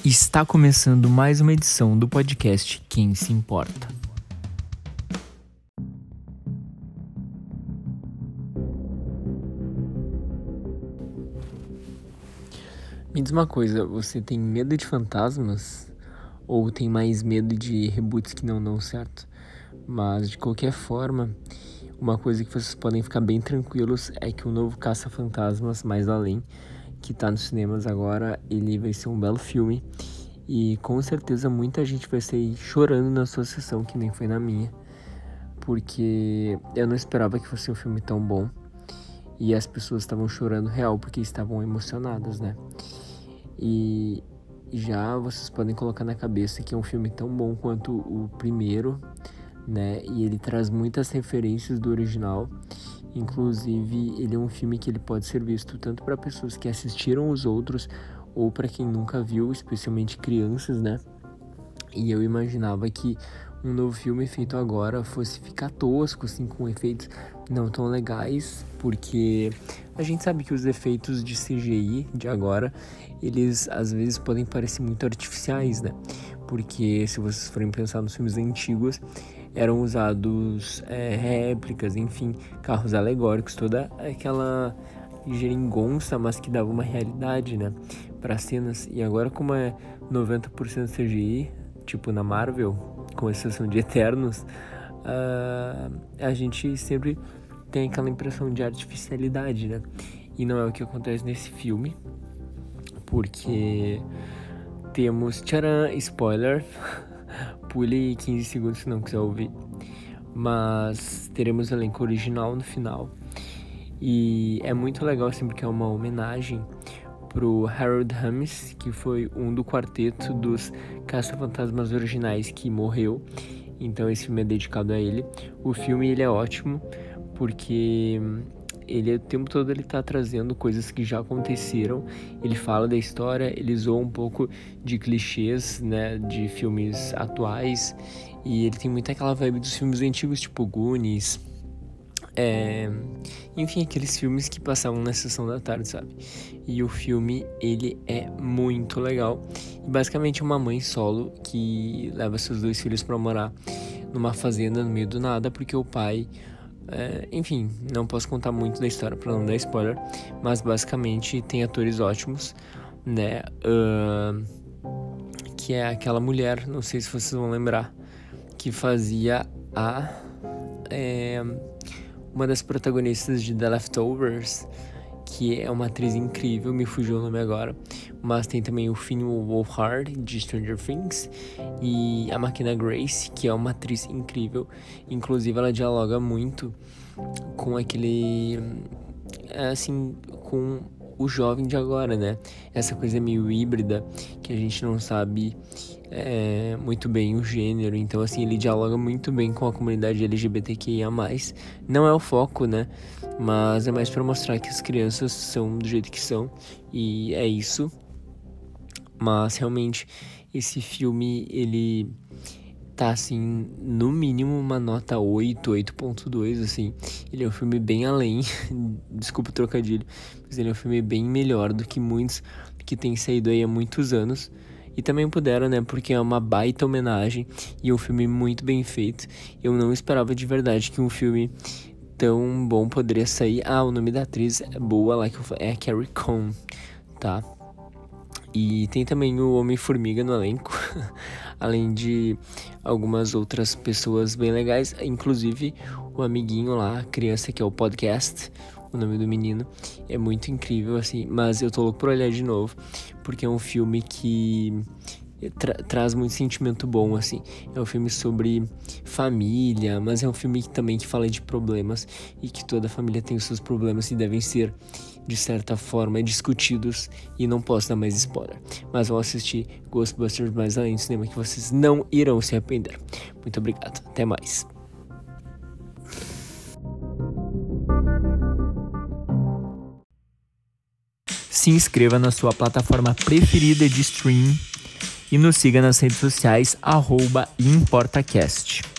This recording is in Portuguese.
Está começando mais uma edição do podcast Quem Se Importa. Me diz uma coisa, você tem medo de fantasmas? Ou tem mais medo de reboots que não dão certo? Mas de qualquer forma, uma coisa que vocês podem ficar bem tranquilos é que o novo Caça-Fantasmas Mais Além, que tá nos cinemas agora, ele vai ser um belo filme. E com certeza muita gente vai sair chorando na sua sessão, que nem foi na minha. Porque eu não esperava que fosse um filme tão bom. E as pessoas estavam chorando real, porque estavam emocionadas, né? E já vocês podem colocar na cabeça que é um filme tão bom quanto o primeiro, né? E ele traz muitas referências do original. Inclusive, ele é um filme que ele pode ser visto tanto para pessoas que assistiram os outros ou para quem nunca viu, especialmente crianças, né? E eu imaginava que um novo filme feito agora fosse ficar tosco, assim, com efeitos não tão legais, porque a gente sabe que os efeitos de CGI de agora, eles às vezes podem parecer muito artificiais, né? Porque se vocês forem pensar nos filmes antigos, eram usados réplicas, enfim, carros alegóricos, toda aquela geringonça, mas que dava uma realidade, né, para cenas. E agora, como é 90% CGI, tipo na Marvel, com exceção de Eternos, a gente sempre tem aquela impressão de artificialidade, né? E não é o que acontece nesse filme, porque temos, tcharam, spoiler, pule 15 segundos se não quiser ouvir, mas teremos o elenco original no final. E é muito legal, assim, porque é uma homenagem pro Harold Ramis, que foi um do quarteto dos Caça-Fantasmas originais que morreu. Então esse filme é dedicado a ele. O filme, ele é ótimo, porque ele o tempo todo ele tá trazendo coisas que já aconteceram. Ele fala da história, ele zoa um pouco de clichês, né, de filmes atuais. E ele tem muito aquela vibe dos filmes antigos, tipo Goonies. Enfim, aqueles filmes que passavam na sessão da tarde, sabe? E o filme, ele é muito legal. E basicamente é uma mãe solo que leva seus 2 filhos pra morar numa fazenda no meio do nada, porque o pai... enfim, não posso contar muito da história pra não dar spoiler, mas basicamente tem atores ótimos, né? Que é aquela mulher, não sei se vocês vão lembrar, que fazia uma das protagonistas de The Leftovers, que é uma atriz incrível, me fugiu o nome agora, mas tem também o Finn Wolfhard de Stranger Things e a McKenna Grace, que é uma atriz incrível. Inclusive ela dialoga muito com aquele, assim, com o jovem de agora, né? Essa coisa meio híbrida, que a gente não sabe muito bem o gênero. Então, assim, ele dialoga muito bem com a comunidade LGBTQIA+. Não é o foco, né? Mas é mais pra mostrar que as crianças são do jeito que são. E é isso. Mas, realmente, esse filme, ele tá, assim, no mínimo uma nota 8, 8.2, assim. Ele é um filme bem além, desculpa o trocadilho, mas ele é um filme bem melhor do que muitos que tem saído aí há muitos anos. E também puderam, né, porque é uma baita homenagem e um filme muito bem feito. Eu não esperava de verdade que um filme tão bom poderia sair. O nome da atriz é boa lá, que é a Carrie Coon, tá? E tem também o Homem-Formiga no elenco, além de algumas outras pessoas bem legais, inclusive o amiguinho lá, a criança, que é o Podcast, o nome do menino, é muito incrível, assim, mas eu tô louco por olhar de novo, porque é um filme que traz muito sentimento bom, assim. É um filme sobre família, mas é um filme também que fala de problemas e que toda família tem os seus problemas e devem ser, de certa forma, discutidos. E não posso dar mais spoiler, mas vão assistir Ghostbusters Mais Além do Cinema, que vocês não irão se arrepender. Muito obrigado, até mais. Se inscreva na sua plataforma preferida de streaming e nos siga nas redes sociais @ImportaCast.